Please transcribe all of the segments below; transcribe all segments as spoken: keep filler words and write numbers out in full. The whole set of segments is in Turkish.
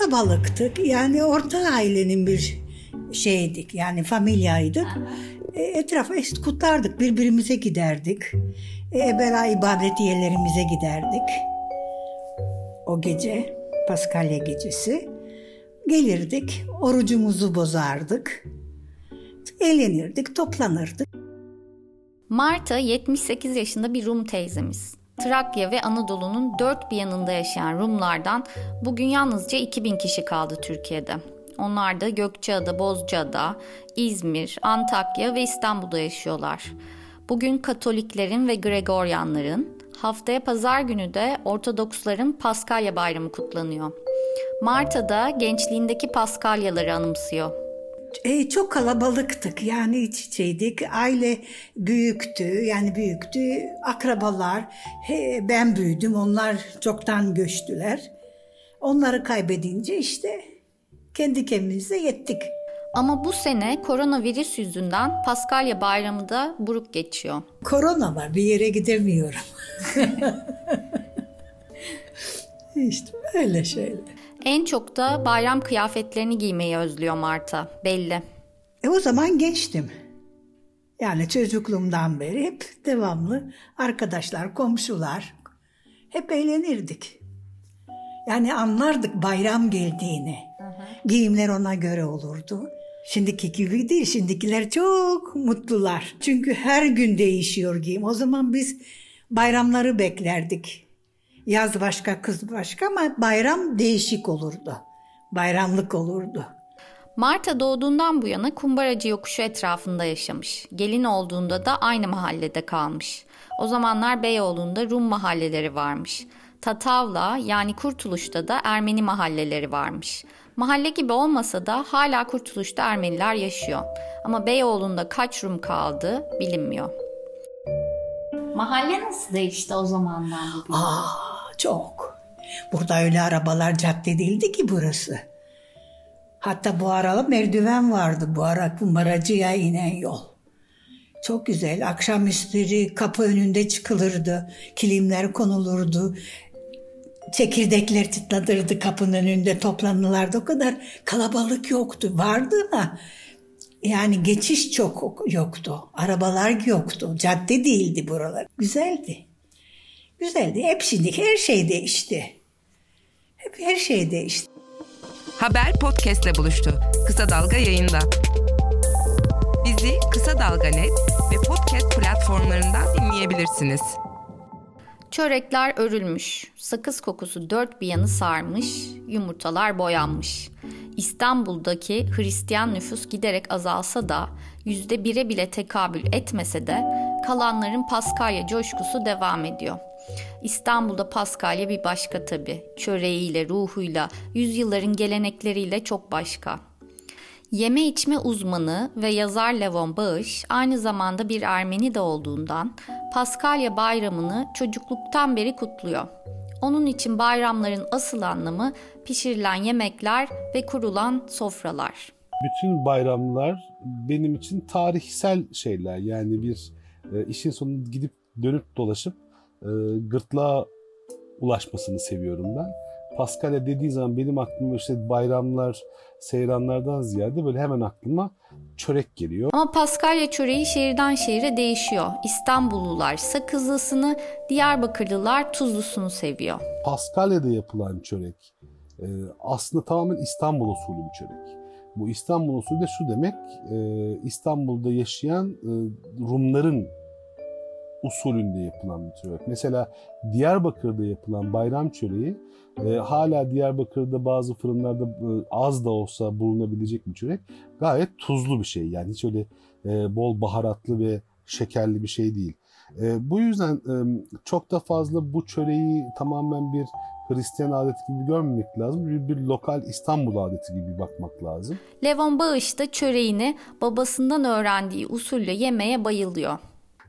kalabalıktık. Yani orta ailenin bir şeydik. Yani familyaydık. E, etrafa kutlardık. Birbirimize giderdik. E, evvela ibadetiyelerimize giderdik. O gece, Paskalya gecesi. Gelirdik, orucumuzu bozardık. Eğlenirdik, toplanırdık. Marta yetmiş sekiz yaşında bir Rum teyzemiz. Trakya ve Anadolu'nun dört bir yanında yaşayan Rumlardan bugün yalnızca iki bin kişi kaldı Türkiye'de. Onlar da Gökçeada, Bozcaada, İzmir, Antakya ve İstanbul'da yaşıyorlar. Bugün Katoliklerin ve Gregoryanların, haftaya pazar günü de Ortodoksların Paskalya Bayramı kutlanıyor. Marta da gençliğindeki Paskalyaları anımsıyor. E, çok kalabalıktık, yani iç içeydik. Aile büyüktü, yani büyüktü. Akrabalar, he, ben büyüdüm, onlar çoktan göçtüler. Onları kaybedince işte kendi kendimize yettik. Ama bu sene koronavirüs yüzünden Paskalya Bayramı da buruk geçiyor. Korona var, bir yere gidemiyorum. İşte öyle şeyler. En çok da bayram kıyafetlerini giymeyi özlüyor Marta, belli. E o zaman gençtim. Yani çocukluğumdan beri hep devamlı arkadaşlar, komşular, hep eğlenirdik. Yani anlardık bayram geldiğini. Hı hı. Giyimler ona göre olurdu. Şimdiki gibi değil, şimdikiler çok mutlular. Çünkü her gün değişiyor giyim. O zaman biz bayramları beklerdik. Yaz başka, kız başka ama bayram değişik olurdu. Bayramlık olurdu. Marta doğduğundan bu yana Kumbaracı Yokuşu etrafında yaşamış. Gelin olduğunda da aynı mahallede kalmış. O zamanlar Beyoğlu'nda Rum mahalleleri varmış. Tatavla yani Kurtuluş'ta da Ermeni mahalleleri varmış. Mahalle gibi olmasa da hala Kurtuluş'ta Ermeniler yaşıyor. Ama Beyoğlu'nda kaç Rum kaldı bilinmiyor. Mahalle nasıl değişti o zamandan bugüne? Aa, çok. Burada öyle arabalar, cadde değildi ki burası. Hatta bu arada merdiven vardı, bu ara Kumbaracı'ya inen yol. Çok güzel. Akşamüstleri kapı önünde çıkılırdı. Kilimler konulurdu. Çekirdekler çıtlatırdı kapının önünde, toplanırlardı. O kadar kalabalık yoktu. Vardı ama yani geçiş çok yoktu. Arabalar yoktu. Cadde değildi buralar. Güzeldi. Güzeldi. Hep şimdi her şey değişti. Hep her şey değişti. Haber podcast'le buluştu. Kısa Dalga yayında. Bizi Kısa Dalga nokta net ve podcast platformlarından dinleyebilirsiniz. Çörekler örülmüş, sakız kokusu dört bir yanı sarmış, yumurtalar boyanmış. İstanbul'daki Hristiyan nüfus giderek azalsa da, yüzde bire bile tekabül etmese de kalanların Paskalya coşkusu devam ediyor. İstanbul'da Paskalya bir başka tabii. Çöreğiyle, ruhuyla, yüzyılların gelenekleriyle çok başka. Yeme içme uzmanı ve yazar Levon Bağış aynı zamanda bir Ermeni de olduğundan Paskalya bayramını çocukluktan beri kutluyor. Onun için bayramların asıl anlamı pişirilen yemekler ve kurulan sofralar. Bütün bayramlar benim için tarihsel şeyler. Yani bir e, işin sonunda gidip dönüp dolaşıp e, gırtlağa ulaşmasını seviyorum ben. Paskalya dediği zaman benim aklıma işte bayramlar, seyranlardan ziyade böyle hemen aklıma çörek geliyor. Ama Paskalya çöreği şehirden şehire değişiyor. İstanbullular sakızlısını, Diyarbakırlılar tuzlusunu seviyor. Paskalya'da yapılan çörek e, aslında tamamen İstanbul usulü bir çörek. Bu İstanbul usulü de şu demek, e, İstanbul'da yaşayan e, Rumların usulünde yapılan bir çörek. Mesela Diyarbakır'da yapılan bayram çöreği e, hala Diyarbakır'da bazı fırınlarda e, az da olsa bulunabilecek bir çörek. Gayet tuzlu bir şey. Yani hiç öyle e, bol baharatlı ve şekerli bir şey değil. E, bu yüzden e, çok da fazla bu çöreği tamamen bir Hristiyan adeti gibi görmemek lazım. Bir, bir lokal İstanbul adeti gibi bakmak lazım. Levon Bağış da çöreğini babasından öğrendiği usulle yemeye bayılıyor.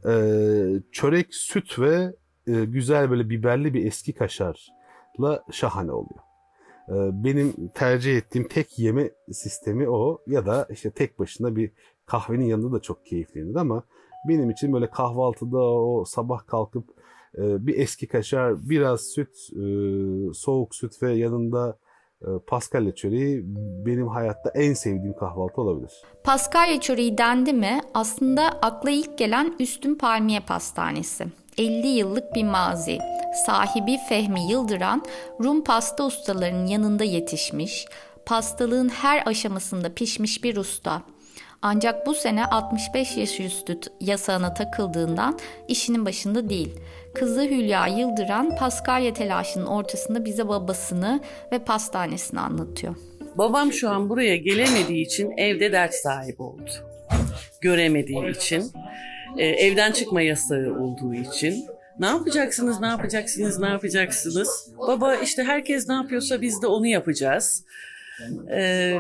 Ee, çörek, süt ve e, güzel böyle biberli bir eski kaşarla şahane oluyor. Ee, benim tercih ettiğim tek yeme sistemi o, ya da işte tek başına bir kahvenin yanında da çok keyiflenir ama benim için böyle kahvaltıda o sabah kalkıp e, bir eski kaşar, biraz süt, e, soğuk süt ve yanında Paskalya çöreği benim hayatta en sevdiğim kahvaltı olabilir. Paskalya çöreği dendi mi aslında akla ilk gelen Üstün Palmiye Pastanesi. elli yıllık bir mazi. Sahibi Fehmi Yıldıran, Rum pasta ustalarının yanında yetişmiş, pastalığın her aşamasında pişmiş bir usta. Ancak bu sene altmış beş yaş üstü yasağına takıldığından işinin başında değil. Kızı Hülya Yıldıran, Paskalya telaşının ortasında bize babasını ve pastanesini anlatıyor. Babam şu an buraya gelemediği için evde dert sahibi oldu. Göremediği için, evden çıkma yasağı olduğu için. Ne yapacaksınız, ne yapacaksınız, ne yapacaksınız? Baba işte herkes ne yapıyorsa biz de onu yapacağız. Ee,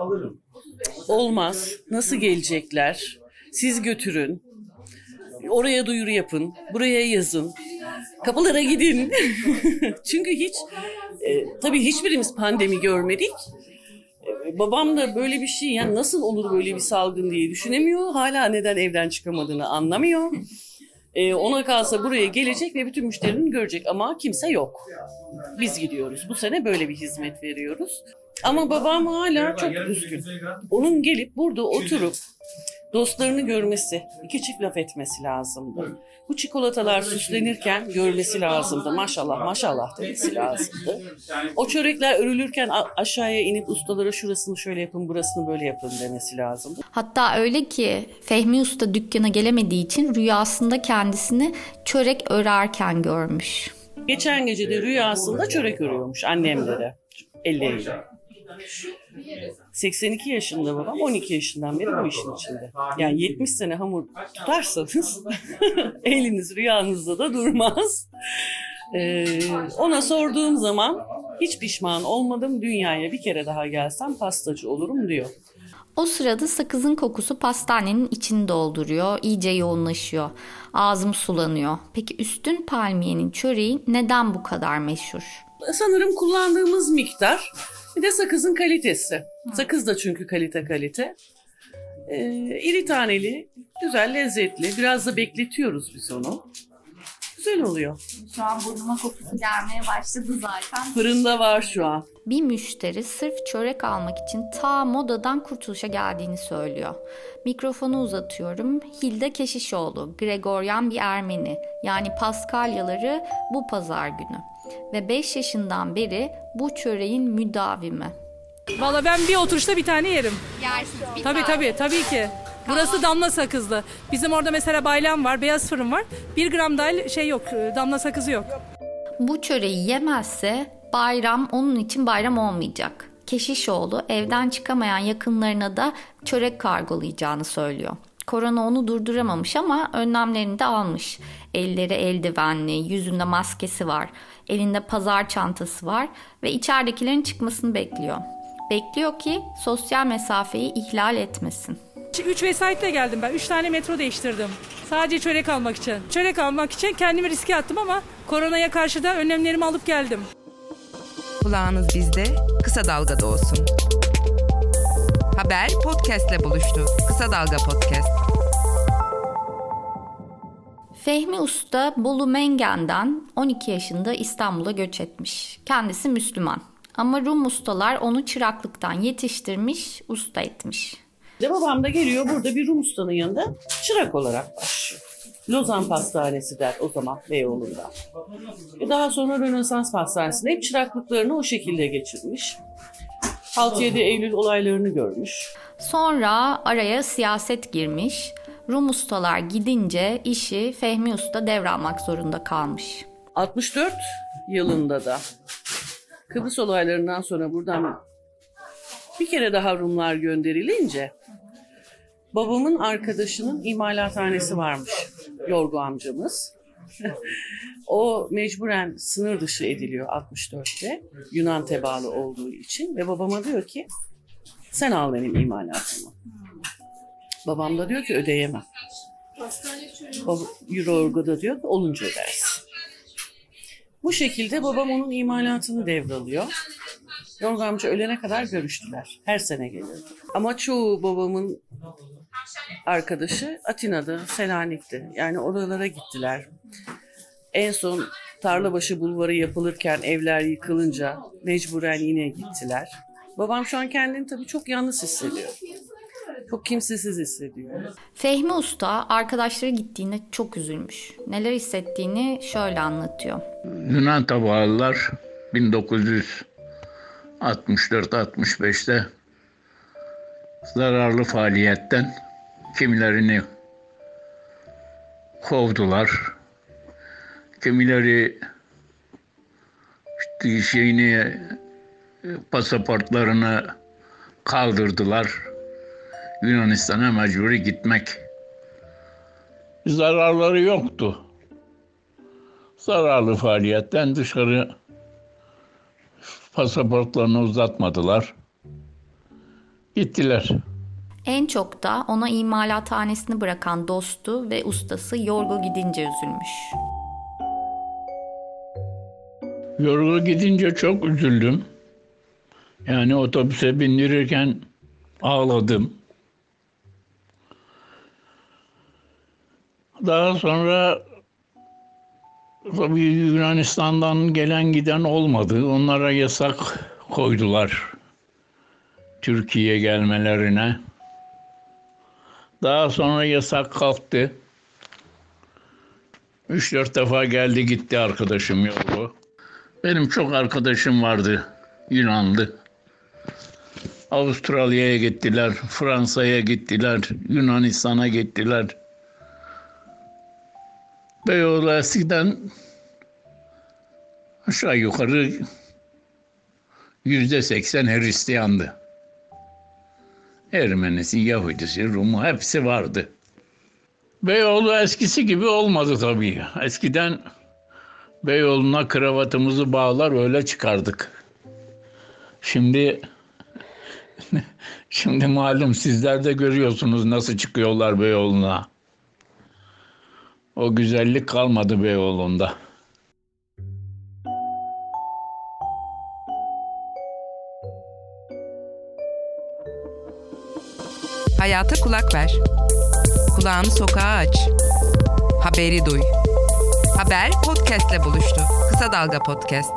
olmaz. Nasıl gelecekler? Siz götürün. Oraya duyuru yapın. Buraya yazın. Kapılara gidin. Çünkü hiç, e, tabii hiçbirimiz pandemi görmedik. E, babam da böyle bir şey, yani nasıl olur böyle bir salgın diye düşünemiyor. Hala neden evden çıkamadığını anlamıyor. E, ona kalsa buraya gelecek ve bütün müşterini görecek ama kimse yok. Biz gidiyoruz. Bu sene böyle bir hizmet veriyoruz. Ama babam hala çok üzgün. Onun gelip burada oturup dostlarını görmesi, iki çift laf etmesi lazımdı. Bu çikolatalar süslenirken görmesi lazımdı. Maşallah maşallah demesi lazımdı. O çörekler örülürken aşağıya inip ustalara şurasını şöyle yapın, burasını böyle yapın demesi lazımdı. Hatta öyle ki Fehmi Usta dükkana gelemediği için rüyasında kendisini çörek örerken görmüş. Geçen gece de rüyasında çörek örüyormuş annemlere, elleriyle. seksen iki yaşında babam, on iki yaşından beri bu işin içinde. Yani yetmiş sene hamur tutarsanız eliniz rüyanızda da durmaz. Ee, ona sorduğum zaman hiç pişman olmadım, dünyaya bir kere daha gelsem pastacı olurum diyor. O sırada sakızın kokusu pastanenin içini dolduruyor, iyice yoğunlaşıyor. Ağzım sulanıyor. Peki Üstün Palmiye'nin çöreği neden bu kadar meşhur? Sanırım kullandığımız miktar, bir de sakızın kalitesi. Sakız da çünkü kalite kalite. Ee, iri taneli, güzel, lezzetli. Biraz da bekletiyoruz biz onu. Güzel oluyor. Şu an burnuma kokusu gelmeye başladı zaten. Fırında var şu an. Bir müşteri sırf çörek almak için ta modadan Kurtuluş'a geldiğini söylüyor. Mikrofonu uzatıyorum. Hilda Keşişoğlu, Gregoryan bir Ermeni. Yani Paskalyaları bu pazar günü. Ve beş yaşından beri bu çöreğin müdavimi. Valla ben bir oturuşta bir tane yerim. Yersiniz bir Tabii tane. tabii tabii ki. Burası damla sakızlı. Bizim orada mesela baylam var, beyaz fırın var. Bir gram dahil şey yok, damla sakızı yok. Bu çöreği yemezse bayram onun için bayram olmayacak. Keşişoğlu evden çıkamayan yakınlarına da çörek kargolayacağını söylüyor. Korona onu durduramamış ama önlemlerini de almış. Elleri eldivenli, yüzünde maskesi var, elinde pazar çantası var ve içeridekilerin çıkmasını bekliyor. Bekliyor ki sosyal mesafeyi ihlal etmesin. Üç vesayetle geldim ben. Üç tane metro değiştirdim. Sadece çörek almak için. Çörek almak için kendimi riske attım ama koronaya karşı da önlemlerimi alıp geldim. Kulağınız bizde, Kısa Dalga'da olsun. Haber podcast'le buluştu. Kısa Dalga Podcast. Fehmi Usta Bolu Mengen'den on iki yaşında İstanbul'a göç etmiş. Kendisi Müslüman. Ama Rum ustalar onu çıraklıktan yetiştirmiş, usta etmiş. De babam da geliyor burada bir Rum ustanın yanında çırak olarak başlıyor. Lozan Pastanesi der o zaman Beyoğlu'nda. Ve daha sonra Rönesans Pastanesi'nde hep çıraklıklarını o şekilde geçirmiş. altı yedi Eylül olaylarını görmüş. Sonra araya siyaset girmiş. Rum ustalar gidince işi Fehmi Usta devralmak zorunda kalmış. altmış dört yılında da Kıbrıs olaylarından sonra buradan bir kere daha Rumlar gönderilince babamın arkadaşının imalathanesi varmış, Yorgu amcamız. O mecburen sınır dışı ediliyor altmış dörtte Yunan tebaası olduğu için ve babama diyor ki sen al benim imalatımı. Babam da diyor ki ödeyemem. Baba, Yorgu da diyor ki olunca ödersin. Bu şekilde babam onun imalatını devralıyor. Yorgu amca ölene kadar görüştüler. Her sene gelirdi. Ama çoğu babamın arkadaşı Atina'da, Selanik'te. Yani oralara gittiler. En son Tarlabaşı Bulvarı yapılırken evler yıkılınca mecburen yine gittiler. Babam şu an kendini tabii çok yalnız hissediyor. Çok kimsesiz hissediyor. Fehmi Usta arkadaşları gittiğinde çok üzülmüş. Neler hissettiğini şöyle anlatıyor. Yunan tabağalılar bin dokuz yüz altmış dört altmış beşte zararlı faaliyetten kimilerini kovdular. Kimileri işte şeyini, pasaportlarını kaldırdılar. Yunanistan'a mecburi gitmek. Zararları yoktu. Zararlı faaliyetten dışarı pasaportlarını uzatmadılar. Gittiler. En çok da ona imalathanesini bırakan dostu ve ustası Yorgo gidince üzülmüş. Yorgo gidince çok üzüldüm. Yani otobüse bindirirken ağladım. Daha sonra tabii Yunanistan'dan gelen giden olmadı. Onlara yasak koydular Türkiye'ye gelmelerine. Daha sonra yasak kalktı. Üç dört defa geldi gitti arkadaşım Yorgo. Benim çok arkadaşım vardı Yunanlı. Avustralya'ya gittiler, Fransa'ya gittiler, Yunanistan'a gittiler. Beyoğlu eskiden aşağı yukarı yüzde seksen Hristiyandı. Ermenisi, Yahudisi, Rumu hepsi vardı. Beyoğlu eskisi gibi olmadı tabii. Eskiden Beyoğlu'na kravatımızı bağlar öyle çıkardık. Şimdi şimdi malum sizler de görüyorsunuz nasıl çıkıyorlar Beyoğlu'na. O güzellik kalmadı Beyoğlu'nda. Hayata kulak ver. Kulağını sokağa aç. Haberi duy. Haber podcast'le buluştu. Kısa Dalga Podcast.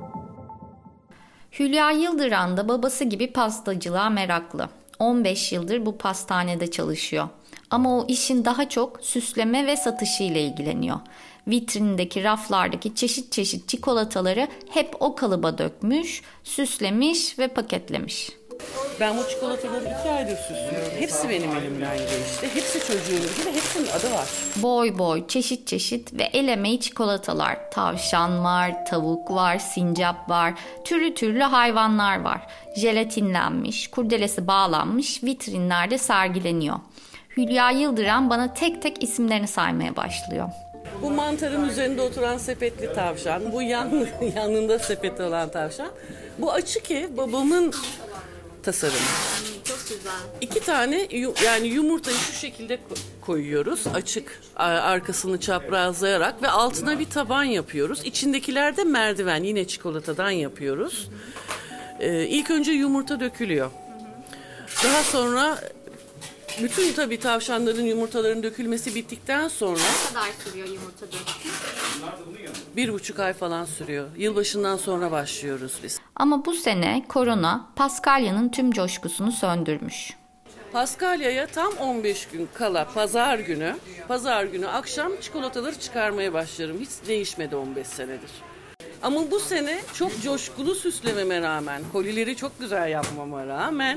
Hülya Yıldıran da babası gibi pastacılığa meraklı. on beş yıldır bu pastanede çalışıyor. Ama o işin daha çok süsleme ve satışı ile ilgileniyor. Vitrindeki raflardaki çeşit çeşit çikolataları hep o kalıba dökmüş, süslemiş ve paketlemiş. Ben bu çikolataları iki aydır süslüyorum. Hepsi benim elimden geçti. Hepsi çocuğum gibi ve hepsinin adı var. Boy boy, çeşit çeşit ve el emeği çikolatalar. Tavşan var, tavuk var, sincap var, türlü türlü hayvanlar var. Jelatinlenmiş, kurdelesi bağlanmış, vitrinlerde sergileniyor. Hülya Yıldıran bana tek tek isimlerini saymaya başlıyor. Bu mantarın üzerinde oturan sepetli tavşan, bu yan, yanında sepeti olan tavşan. Bu açıke babamın tasarımı. Çok güzel. İki tane yani yumurtayı şu şekilde koyuyoruz. Açık arkasını çaprazlayarak ve altına bir taban yapıyoruz. İçindekiler de merdiven, yine çikolatadan yapıyoruz. Ee, ilk önce yumurta dökülüyor. Daha sonra bütün tabii tavşanların yumurtaların dökülmesi bittikten sonra... Ne kadar sürüyor yumurta dökümü? Bir buçuk ay falan sürüyor. Yılbaşından sonra başlıyoruz biz. Ama bu sene korona Paskalya'nın tüm coşkusunu söndürmüş. Paskalya'ya tam on beş gün kala pazar günü, pazar günü akşam çikolataları çıkarmaya başlarım. Hiç değişmedi on beş senedir. Ama bu sene çok coşkulu süslememe rağmen, kolileri çok güzel yapmama rağmen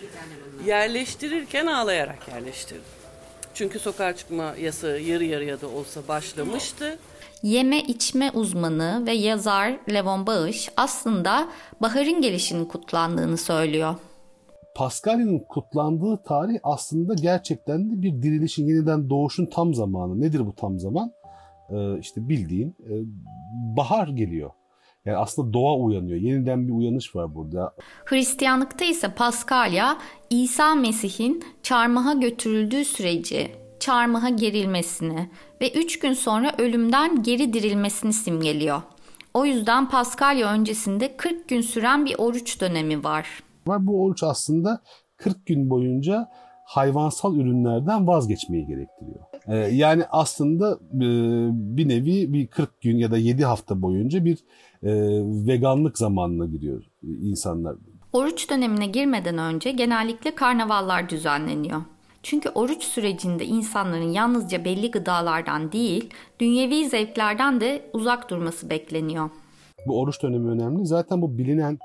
yerleştirirken ağlayarak yerleştirdim. Çünkü sokağa çıkma yasağı yarı yarıya da olsa başlamıştı. Yeme içme uzmanı ve yazar Levon Bağış aslında baharın gelişinin kutlandığını söylüyor. Paskalya'nın kutlandığı tarih aslında gerçekten de bir dirilişin, yeniden doğuşun tam zamanı. Nedir bu tam zaman? Ee, işte bildiğin e, bahar geliyor. Yani aslında doğa uyanıyor. Yeniden bir uyanış var burada. Hristiyanlıkta ise Paskalya, İsa Mesih'in çarmıha götürüldüğü süreci, çarmıha gerilmesini ve üç gün sonra ölümden geri dirilmesini simgeliyor. O yüzden Paskalya öncesinde kırk gün süren bir oruç dönemi var. Bu oruç aslında kırk gün boyunca hayvansal ürünlerden vazgeçmeyi gerektiriyor. Ee, yani aslında e, bir nevi bir kırk gün ya da yedi hafta boyunca bir e, veganlık zamanına giriyor insanlar. Oruç dönemine girmeden önce genellikle karnavallar düzenleniyor. Çünkü oruç sürecinde insanların yalnızca belli gıdalardan değil, dünyevi zevklerden de uzak durması bekleniyor. Bu oruç dönemi önemli. Zaten bu bilinen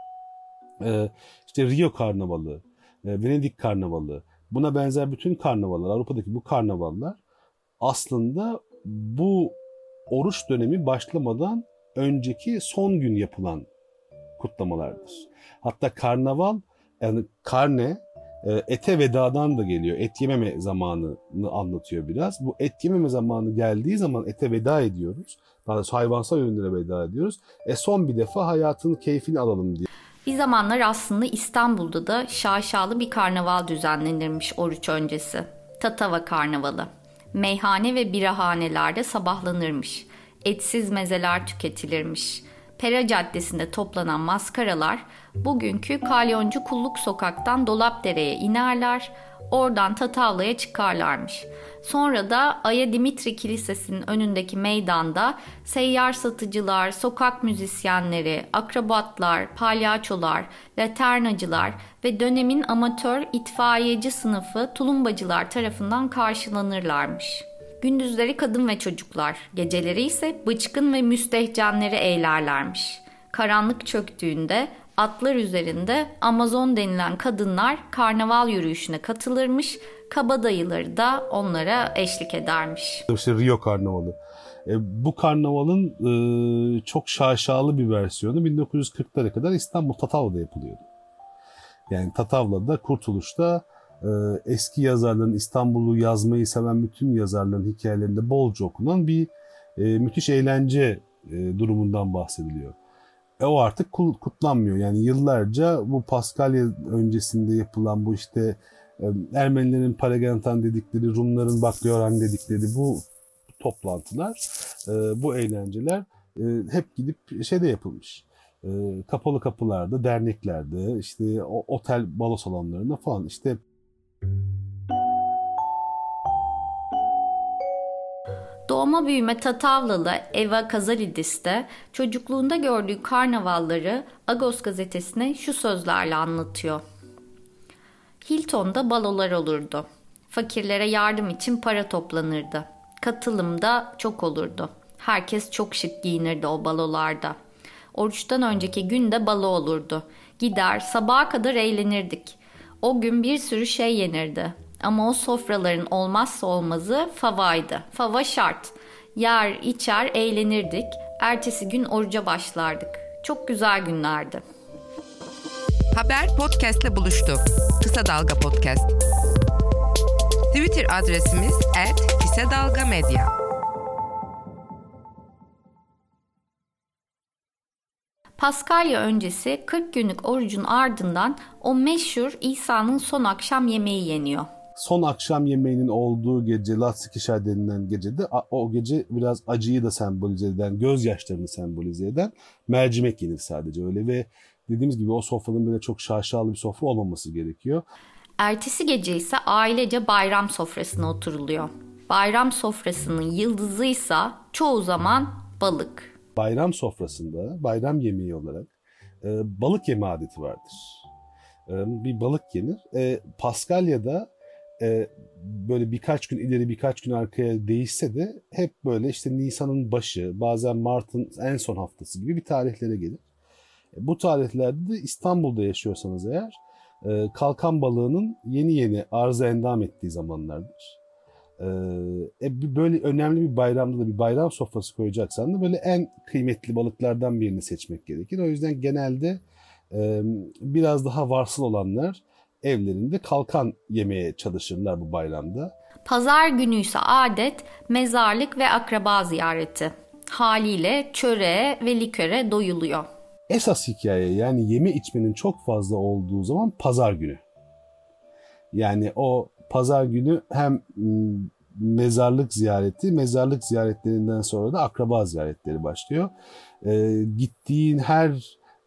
e, işte Rio Karnavalı, e, Venedik Karnavalı, buna benzer bütün karnavallar, Avrupa'daki bu karnavallar aslında bu oruç dönemi başlamadan önceki son gün yapılan kutlamalardır. Hatta karnaval, yani karne, ete vedadan da geliyor. Et yememe zamanını anlatıyor biraz. Bu et yememe zamanı geldiği zaman ete veda ediyoruz. Daha doğrusu hayvansal ürünlere veda ediyoruz. E son bir defa hayatın keyfini alalım diye. Bir zamanlar aslında İstanbul'da da şaşalı bir karnaval düzenlenirmiş oruç öncesi. Tatava Karnavalı. Meyhane ve birahanelerde sabahlanırmış. Etsiz mezeler tüketilirmiş. Pera Caddesi'nde toplanan maskaralar bugünkü Kalyoncu Kulluk Sokak'tan Dolapdere'ye inerler, oradan Tatavla'ya çıkarlarmış. Sonra da Aya Dimitri Kilisesi'nin önündeki meydanda seyyar satıcılar, sokak müzisyenleri, akrobatlar, palyaçolar, laternacılar ve dönemin amatör itfaiyeci sınıfı tulumbacılar tarafından karşılanırlarmış. Gündüzleri kadın ve çocuklar, geceleri ise bıçkın ve müstehcenleri eğlerlermiş. Karanlık çöktüğünde atlar üzerinde Amazon denilen kadınlar karnaval yürüyüşüne katılırmış, kabadayıları da onlara eşlik edermiş. İşte Rio Karnavalı. E, bu karnavalın e, çok şaşalı bir versiyonu bin dokuz yüz kırklara kadar İstanbul Tatavla'da yapılıyordu. Yani Tatavla'da, Kurtuluş'ta e, eski yazarların, İstanbul'u yazmayı seven bütün yazarların hikayelerinde bolca okunan bir e, müthiş eğlence e, durumundan bahsediliyor. E, o artık kutlanmıyor. Yani yıllarca bu Paskalya öncesinde yapılan bu işte e, Ermenilerin Paragentan dedikleri, Rumların Baklioran dedikleri bu toplantılar, e, bu eğlenceler e, hep gidip şeyde yapılmış. E, kapalı kapılarda, derneklerde, işte o, otel balo salonlarında falan işte. Doğma büyüme Tatavlalı Eva Kazalidis de çocukluğunda gördüğü karnavalları Agos gazetesine şu sözlerle anlatıyor. Hilton'da balolar olurdu. Fakirlere yardım için para toplanırdı. Katılım da çok olurdu. Herkes çok şık giyinirdi o balolarda. Oruçtan önceki gün de balo olurdu. Gider sabaha kadar eğlenirdik. O gün bir sürü şey yenirdi. Ama o sofraların olmazsa olmazı favaydı. Fava şart. Yer, içer, eğlenirdik. Ertesi gün oruca başlardık. Çok güzel günlerdi. Haber podcast'le buluştu. Kısa Dalga Podcast. Twitter adresimiz et kısa dalga medya. Paskalya öncesi kırk günlük orucun ardından o meşhur İsa'nın son akşam yemeği yeniyor. Son akşam yemeğinin olduğu gece, Latsikişar denilen gecede, o gece biraz acıyı da sembolize eden, gözyaşlarını sembolize eden mercimek yenir sadece öyle ve dediğimiz gibi o sofranın böyle çok şaşalı bir sofra olmaması gerekiyor. Ertesi gece ise ailece bayram sofrasına oturuluyor. Bayram sofrasının yıldızıysa çoğu zaman balık. Bayram sofrasında bayram yemeği olarak e, balık yeme adeti vardır. E, bir balık yenir. E, Paskalya'da e, böyle birkaç gün ileri birkaç gün arkaya değişse de hep böyle işte Nisan'ın başı, bazen Mart'ın en son haftası gibi bir tarihlere gelir. E, bu tarihlerde de İstanbul'da yaşıyorsanız eğer e, kalkan balığının yeni yeni arıza endam ettiği zamanlardır. E, böyle önemli bir bayramda da bir bayram sofrası koyacaksan da böyle en kıymetli balıklardan birini seçmek gerekir. O yüzden genelde e, biraz daha varsıl olanlar evlerinde kalkan yemeye çalışırlar bu bayramda. Pazar günü ise adet mezarlık ve akraba ziyareti. Haliyle çöreğe ve liköre doyuluyor. Esas hikaye yani yeme içmenin çok fazla olduğu zaman pazar günü. Yani o pazar günü hem mezarlık ziyareti, mezarlık ziyaretlerinden sonra da akraba ziyaretleri başlıyor. E, gittiğin her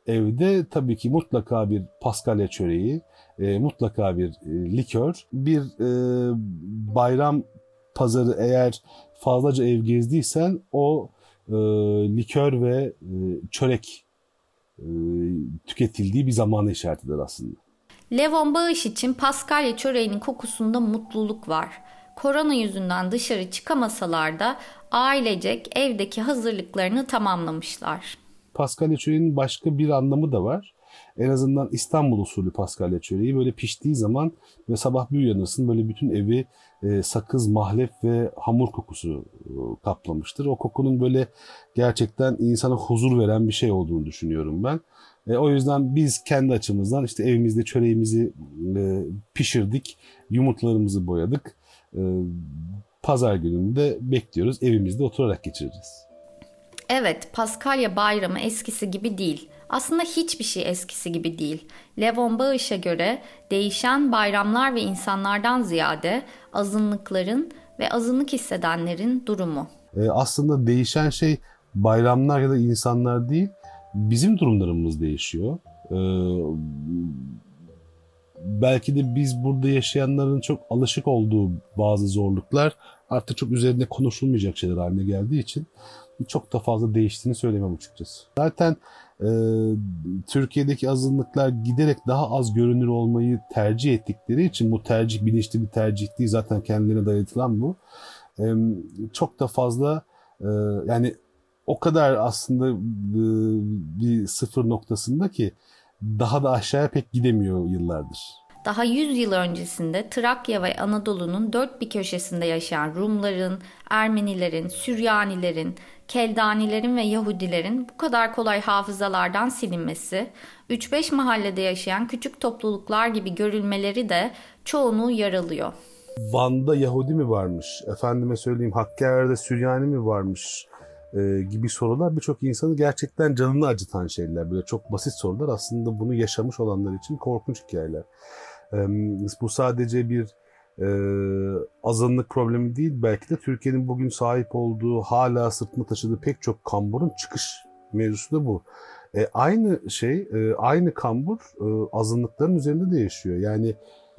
evde tabii ki mutlaka bir paskalya çöreği, e, mutlaka bir e, likör, bir e, bayram pazarı eğer fazlaca ev gezdiysen o e, likör ve e, çörek e, tüketildiği bir zamana işaret eder aslında. Levon Bağış için paskalya çöreğinin kokusunda mutluluk var. Korona yüzünden dışarı çıkamasalar da ailecek evdeki hazırlıklarını tamamlamışlar. Paskalya çöreğinin başka bir anlamı da var. En azından İstanbul usulü paskalya çöreği böyle piştiği zaman ve sabah bir uyanırsın böyle bütün evi e, sakız, mahlef ve hamur kokusu e, kaplamıştır. O kokunun böyle gerçekten insana huzur veren bir şey olduğunu düşünüyorum ben. E, o yüzden biz kendi açımızdan işte evimizde çöreğimizi e, pişirdik, yumurtalarımızı boyadık. E, Pazar gününde bekliyoruz, evimizde oturarak geçireceğiz. Evet, Paskalya bayramı eskisi gibi değil. Aslında hiçbir şey eskisi gibi değil. Levon Bağış'a göre değişen bayramlar ve insanlardan ziyade azınlıkların ve azınlık hissedenlerin durumu. E, aslında değişen şey bayramlar ya da insanlar değil, bizim durumlarımız değişiyor. E, belki de biz burada yaşayanların çok alışık olduğu bazı zorluklar artık çok üzerinde konuşulmayacak şeyler haline geldiği için çok da fazla değiştiğini söylemem açıkçası. Zaten e, Türkiye'deki azınlıklar giderek daha az görünür olmayı tercih ettikleri için bu tercih bilinçli bir tercih değil, zaten kendilerine dayatılan bu. E, çok da fazla e, yani o kadar aslında e, bir sıfır noktasında ki daha da aşağıya pek gidemiyor yıllardır. Daha yüz yıl öncesinde Trakya ve Anadolu'nun dört bir köşesinde yaşayan Rumların, Ermenilerin, Süryanilerin, Keldanilerin ve Yahudilerin bu kadar kolay hafızalardan silinmesi, üç beş mahallede yaşayan küçük topluluklar gibi görülmeleri de çoğunu yaralıyor. Van'da Yahudi mi varmış, efendime söyleyeyim Hakkari'de Süryani mi varmış e, gibi sorular birçok insanı gerçekten canını acıtan şeyler. Böyle çok basit sorular, aslında bunu yaşamış olanlar için korkunç hikayeler. E, bu sadece bir e, azınlık problemi değil, belki de Türkiye'nin bugün sahip olduğu, hala sırtını taşıdığı pek çok kamburun çıkış mevzusu da bu. E, aynı şey, e, aynı kambur e, azınlıkların üzerinde de yaşıyor. Yani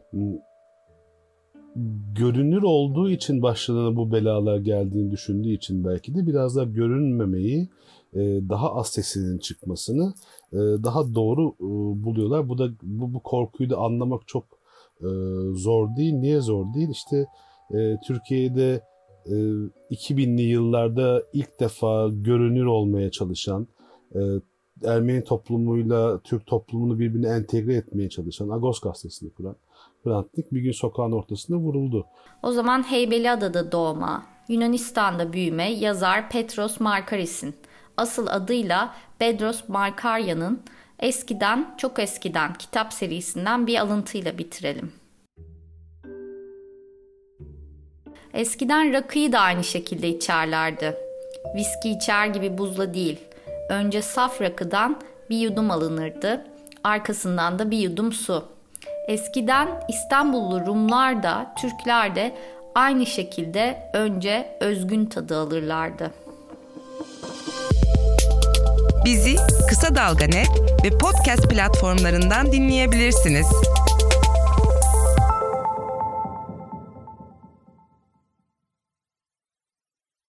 görünür olduğu için başlarına bu belalar geldiğini düşündüğü için belki de biraz daha görünmemeyi, daha az sesinin çıkmasını daha doğru buluyorlar. Bu da bu, bu korkuyu da anlamak çok zor değil. Niye zor değil? İşte Türkiye'de iki binli yıllarda ilk defa görünür olmaya çalışan, Ermeni toplumuyla Türk toplumunu birbirine entegre etmeye çalışan Agos gazetesini kuran Hrant Dink bir gün sokağın ortasında vuruldu. O zaman Heybeliada'da doğma, Yunanistan'da büyüme yazar Petros Markaris'in, asıl adıyla Bedros Markarya'nın Eskiden, Çok Eskiden kitap serisinden bir alıntıyla bitirelim. Eskiden rakıyı da aynı şekilde içerlerdi. Viski içer gibi buzla değil. Önce saf rakıdan bir yudum alınırdı, arkasından da bir yudum su. Eskiden İstanbullu Rumlar da Türkler de aynı şekilde önce özgün tadı alırlardı. Bizi Kısa Dalga Net ve podcast platformlarından dinleyebilirsiniz.